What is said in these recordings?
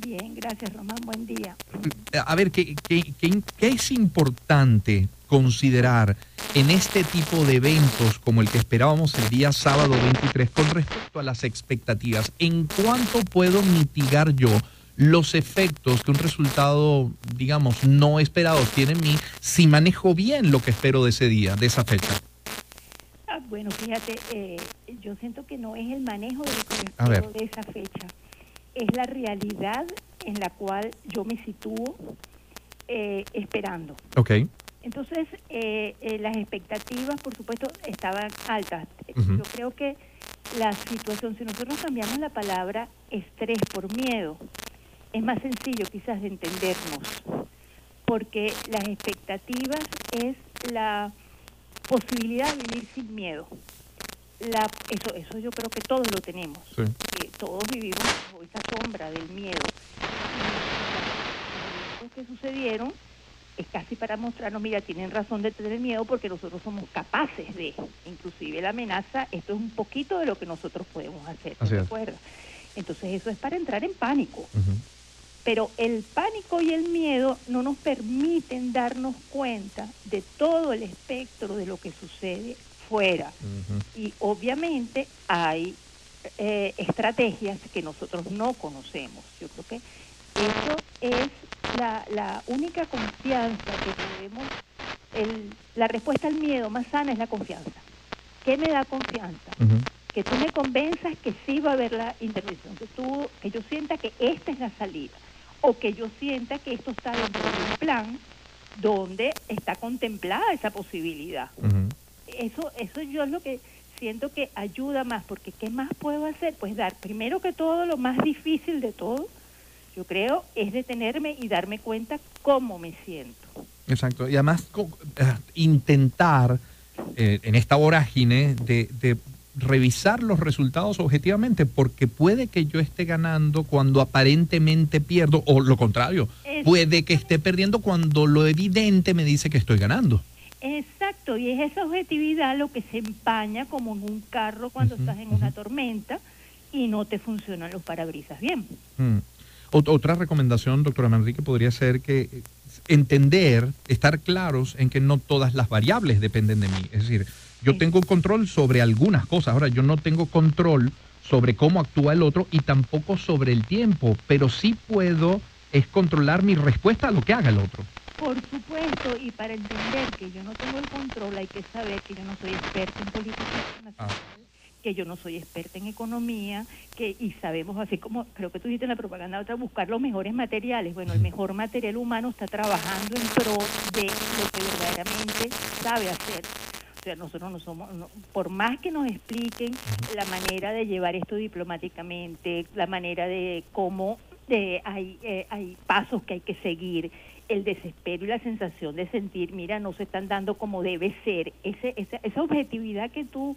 Bien, gracias, Román. Buen día. A ver, ¿qué es importante considerar en este tipo de eventos como el que esperábamos el día sábado 23 con respecto a las expectativas? ¿En cuánto puedo mitigar yo los efectos que un resultado, digamos, no esperado tiene en mí si manejo bien lo que espero de ese día, de esa fecha? Bueno, fíjate, yo siento que no es el manejo de lo que yo A ver. espero de esa fecha, es la realidad en la cual yo me sitúo esperando. Ok. Entonces, las expectativas, por supuesto, estaban altas. Uh-huh. Yo creo que la situación, si nosotros cambiamos la palabra estrés por miedo, es más sencillo quizás de entendernos, porque las expectativas es la posibilidad de vivir sin miedo. Eso yo creo que todos lo tenemos. Sí. Todos vivimos bajo esa sombra del miedo. Y los que sucedieron es casi para mostrarnos, mira, tienen razón de tener miedo porque nosotros somos capaces de, inclusive la amenaza, esto es un poquito de lo que nosotros podemos hacer, ¿te recuerdas? Entonces eso es para entrar en pánico. Uh-huh. Pero el pánico y el miedo no nos permiten darnos cuenta de todo el espectro de lo que sucede fuera. Uh-huh. Y obviamente hay estrategias que nosotros no conocemos. Yo creo que eso es la única confianza que podemos... la respuesta al miedo más sana es la confianza. ¿Qué me da confianza? Uh-huh. Que tú me convenzas que sí va a haber la intervención, que yo sienta que esta es la salida, o que yo sienta que esto está dentro de un plan donde está contemplada esa posibilidad. Uh-huh. Eso yo es lo que siento que ayuda más, porque ¿qué más puedo hacer? Pues dar, primero que todo, lo más difícil de todo, yo creo, es detenerme y darme cuenta cómo me siento. Exacto, y además intentar en esta vorágine de revisar los resultados objetivamente, porque puede que yo esté ganando cuando aparentemente pierdo, o lo contrario, puede que esté perdiendo cuando lo evidente me dice que estoy ganando. Exacto, y es esa objetividad lo que se empaña como en un carro cuando uh-huh, estás en una tormenta y no te funcionan los parabrisas bien. Otra recomendación, doctora Manrique, podría ser que entender, estar claros en que no todas las variables dependen de mí. Es decir, yo tengo control sobre algunas cosas. Ahora, yo no tengo control sobre cómo actúa el otro y tampoco sobre el tiempo, pero sí puedo controlar mi respuesta a lo que haga el otro. Por supuesto, y para entender que yo no tengo el control hay que saber que yo no soy experta en política internacional, que yo no soy experta en economía, y sabemos, así como creo que tú dijiste en la propaganda otra, buscar los mejores materiales. Bueno, el mejor material humano está trabajando en pro de lo que verdaderamente sabe hacer. O sea, nosotros no somos, por más que nos expliquen la manera de llevar esto diplomáticamente, la manera de cómo hay pasos que hay que seguir, el desespero y la sensación de sentir, mira, no se están dando como debe ser, esa objetividad que tú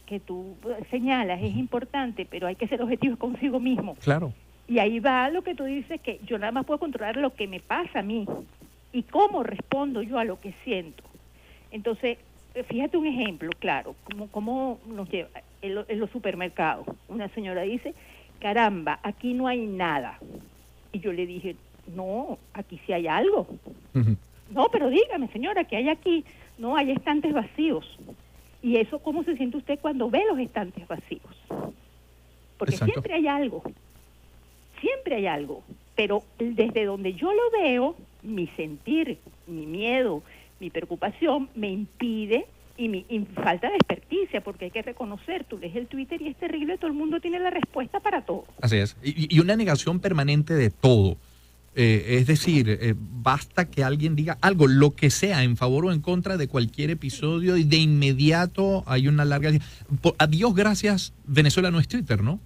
señalas es importante, pero hay que ser objetivos consigo mismo. Claro. Y ahí va lo que tú dices, que yo nada más puedo controlar lo que me pasa a mí y cómo respondo yo a lo que siento. Entonces, fíjate un ejemplo, claro, cómo nos lleva en los supermercados. Una señora dice, caramba, aquí no hay nada. Y yo le dije, no, aquí sí hay algo. Uh-huh. No, pero dígame, señora, ¿qué hay aquí? No, hay estantes vacíos. ¿Y eso cómo se siente usted cuando ve los estantes vacíos? Porque exacto, siempre hay algo, pero desde donde yo lo veo, mi sentir, mi miedo, mi preocupación me impide y mi falta de experticia, porque hay que reconocer, tú lees el Twitter y es terrible, todo el mundo tiene la respuesta para todo. Así es, y una negación permanente de todo. Es decir, basta que alguien diga algo, lo que sea, en favor o en contra de cualquier episodio, y de inmediato hay una larga... A Dios gracias, Venezuela no es Twitter, ¿no?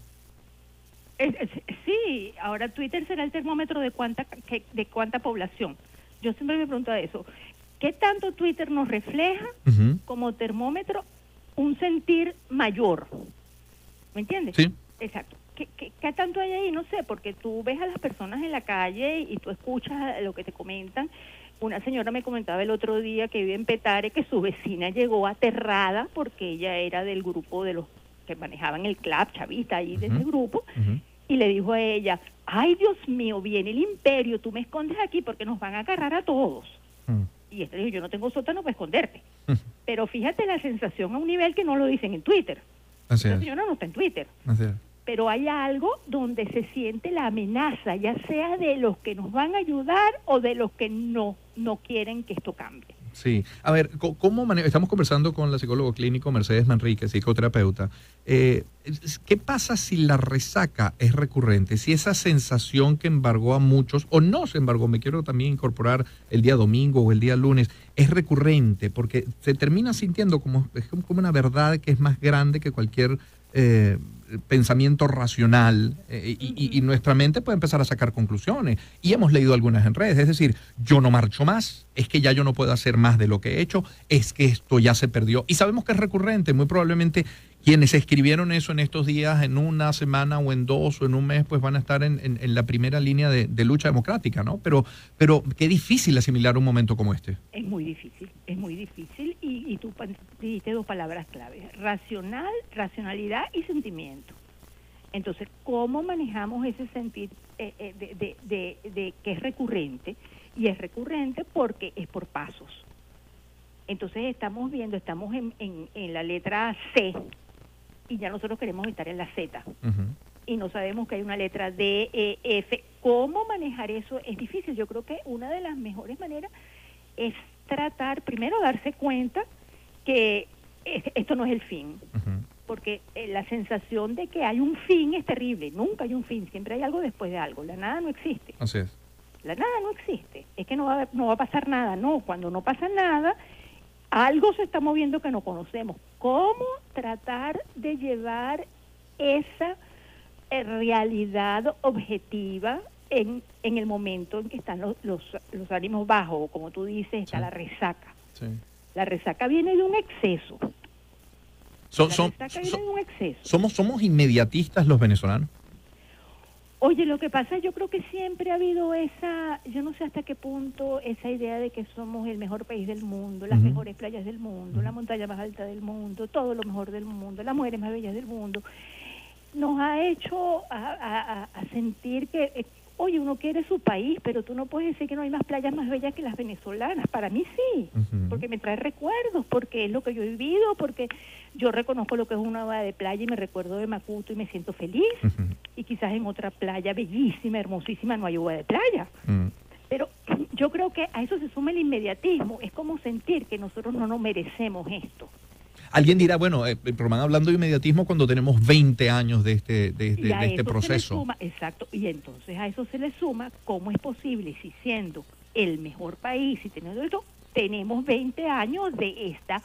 Sí, ahora Twitter será el termómetro de cuánta población. Yo siempre me pregunto eso. ¿Qué tanto Twitter nos refleja uh-huh, como termómetro un sentir mayor? ¿Me entiendes? Sí. Exacto. ¿Qué tanto hay ahí? No sé, porque tú ves a las personas en la calle y tú escuchas lo que te comentan. Una señora me comentaba el otro día que vive en Petare que su vecina llegó aterrada porque ella era del grupo de los que manejaban el club chavista ahí, uh-huh, de ese grupo, uh-huh, y le dijo a ella, ay Dios mío, viene el imperio, tú me escondes aquí porque nos van a agarrar a todos. Y esta dijo, yo no tengo sótano para esconderte. Pero fíjate la sensación a un nivel que no lo dicen en Twitter. Así La es. señora no está en Twitter. Así es. Pero hay algo donde se siente la amenaza, ya sea de los que nos van a ayudar o de los que no quieren que esto cambie. Sí. A ver, estamos conversando con la psicóloga clínico Mercedes Manrique, psicoterapeuta. ¿Qué pasa si la resaca es recurrente? Si esa sensación que embargó a muchos, o no se embargó, me quiero también incorporar el día domingo o el día lunes, es recurrente, porque se termina sintiendo como una verdad que es más grande que cualquier pensamiento racional, y nuestra mente puede empezar a sacar conclusiones, y hemos leído algunas en redes, es decir, yo no marcho más, es que ya yo no puedo hacer más de lo que he hecho, es que esto ya se perdió, y sabemos que es recurrente. Muy probablemente quienes escribieron eso en estos días, en una semana o en 2 o en un mes, pues van a estar en la primera línea de lucha democrática, ¿no? Pero qué difícil asimilar un momento como este. Es muy difícil, y tú dijiste 2 palabras claves, racionalidad y sentimiento. Entonces, ¿cómo manejamos ese sentir de que es recurrente? Y es recurrente porque es por pasos. Entonces estamos en la letra C, y ya nosotros queremos estar en la Z. Y no sabemos que hay una letra D, E, F. ¿Cómo manejar eso? Es difícil. Yo creo que una de las mejores maneras es tratar, primero, darse cuenta que esto no es el fin. Porque la sensación de que hay un fin es terrible. Nunca hay un fin, siempre hay algo después de algo. La nada no existe. Así es. La nada no existe. Es que no va a pasar nada. No, cuando no pasa nada, algo se está moviendo que no conocemos. ¿Cómo tratar de llevar esa realidad objetiva en el momento en que están los ánimos bajos, o como tú dices, está la resaca? Sí. La resaca viene de un exceso. ¿Somos inmediatistas los venezolanos? Oye, lo que pasa, yo creo que siempre ha habido yo no sé hasta qué punto, esa idea de que somos el mejor país del mundo, las mejores playas del mundo, la montaña más alta del mundo, todo lo mejor del mundo, las mujeres más bellas del mundo, nos ha hecho a sentir que, oye, uno quiere su país, pero tú no puedes decir que no hay más playas más bellas que las venezolanas. Para mí sí, porque me trae recuerdos, porque es lo que yo he vivido, porque yo reconozco lo que es una hora de playa y me recuerdo de Macuto y me siento feliz. Y quizás en otra playa bellísima, hermosísima, no hay agua de playa. Pero yo creo que a eso se suma el inmediatismo. Es como sentir que nosotros no nos merecemos esto. Alguien dirá, bueno, Román, hablando de inmediatismo cuando tenemos 20 años de este proceso. Exacto, y entonces a eso se le suma cómo es posible, si siendo el mejor país y teniendo esto, tenemos 20 años de esta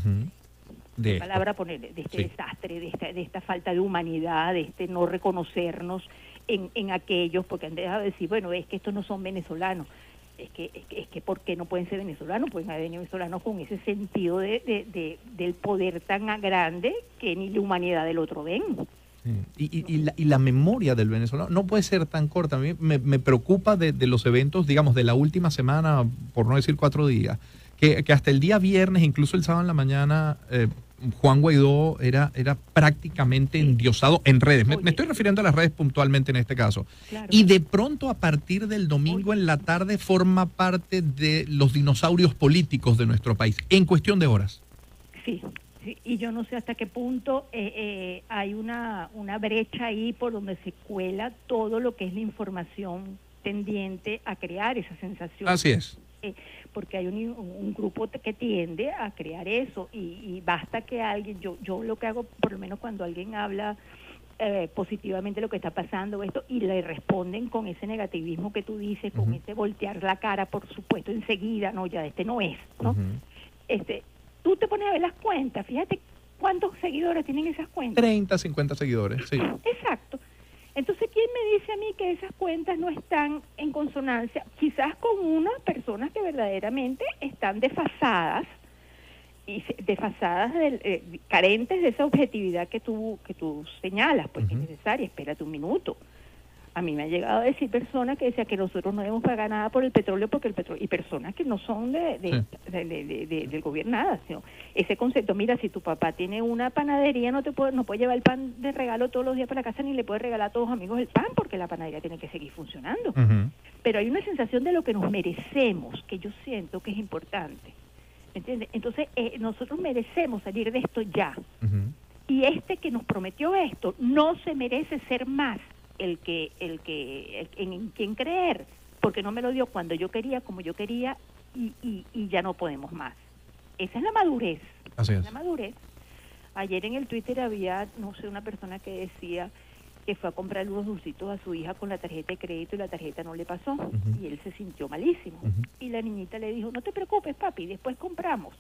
desastre, de esta falta de humanidad, de este no reconocernos en aquellos, porque han dejado de decir, bueno, es que estos no son venezolanos. Es que ¿por qué no pueden ser venezolanos? Pueden haber venezolanos con ese sentido del poder tan grande que ni la humanidad del otro ven. Y la memoria del venezolano no puede ser tan corta. A mí me preocupa de los eventos, digamos, de la última semana, por no decir 4 días, que hasta el día viernes, incluso el sábado en la mañana, Juan Guaidó era prácticamente endiosado en redes. Me estoy refiriendo a las redes puntualmente en este caso. Claro. Y de pronto, a partir del domingo en la tarde, forma parte de los dinosaurios políticos de nuestro país, en cuestión de horas. Sí, y yo no sé hasta qué punto hay una brecha ahí por donde se cuela todo lo que es la información tendiente a crear esa sensación. Así es. Porque hay un grupo que tiende a crear eso, y basta que alguien, yo lo que hago, por lo menos cuando alguien habla positivamente lo que está pasando esto, y le responden con ese negativismo que tú dices, con ese voltear la cara, por supuesto, enseguida, no, ya no es, ¿no? Tú te pones a ver las cuentas, fíjate cuántos seguidores tienen esas cuentas. 30, 50 seguidores, sí. Exacto. Entonces, ¿quién me dice a mí que esas cuentas no están en consonancia? Quizás con unas personas que verdaderamente están desfasadas, carentes de esa objetividad que tú señalas, pues que es necesaria. Espérate un minuto. A mí me ha llegado a decir personas que decían que nosotros no debemos pagar nada por el petróleo porque el petróleo, y personas que no son del gobierno nada, sino ese concepto, mira, si tu papá tiene una panadería no puede llevar el pan de regalo todos los días para la casa ni le puede regalar a todos los amigos el pan porque la panadería tiene que seguir funcionando. Pero hay una sensación de lo que nos merecemos, que yo siento que es importante. ¿Me entiendes? Entonces, nosotros merecemos salir de esto ya. Y este que nos prometió esto no se merece ser más en quien creer, porque no me lo dio cuando yo quería, como yo quería, y ya no podemos más. Esa es la madurez. Así es. La madurez. Ayer en el Twitter había, no sé, una persona que decía que fue a comprar unos dulcitos a su hija con la tarjeta de crédito y la tarjeta no le pasó, y él se sintió malísimo. Y la niñita le dijo, no te preocupes, papi, después compramos.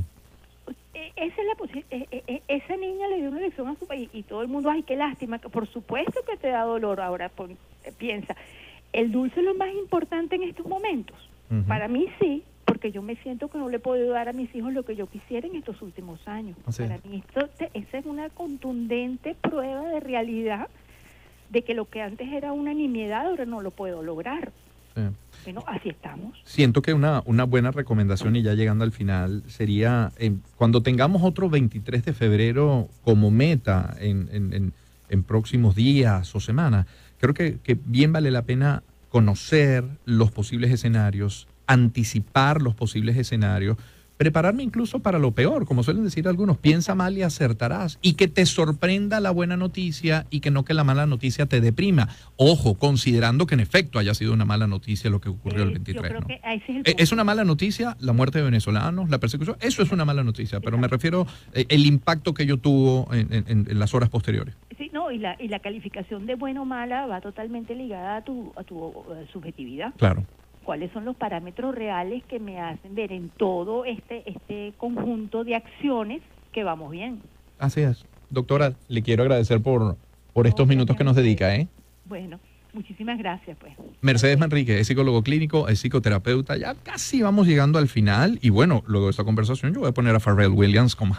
Esa niña le dio una lección a su país y todo el mundo, ay, qué lástima, por supuesto que te da dolor. Ahora piensa, el dulce es lo más importante en estos momentos. Para mí sí, porque yo me siento que no le he podido dar a mis hijos lo que yo quisiera en estos últimos años. Para mí esa es una contundente prueba de realidad de que lo que antes era una nimiedad ahora no lo puedo lograr. Bueno, así estamos. Siento que una buena recomendación, y ya llegando al final, sería cuando tengamos otro 23 de febrero como meta en próximos días o semanas, creo que bien vale la pena conocer los posibles escenarios, anticipar los posibles escenarios, prepararme incluso para lo peor, como suelen decir algunos, piensa mal y acertarás, y que te sorprenda la buena noticia y que no que la mala noticia te deprima. Ojo, considerando que en efecto haya sido una mala noticia lo que ocurrió el 23. Yo creo, ¿no?, que ese es una mala noticia la muerte de venezolanos, la persecución, eso es una mala noticia, pero me refiero el impacto que ello tuvo en las horas posteriores. Sí, no, y la calificación de buena o mala va totalmente ligada a tu subjetividad. Claro. ¿Cuáles son los parámetros reales que me hacen ver en todo este conjunto de acciones que vamos bien? Así es. Doctora, le quiero agradecer por estos minutos que nos dedica, ¿eh? Bueno, muchísimas gracias, pues. Mercedes Manrique es psicólogo clínico, es psicoterapeuta, ya casi vamos llegando al final, y bueno, luego de esta conversación yo voy a poner a Pharrell Williams con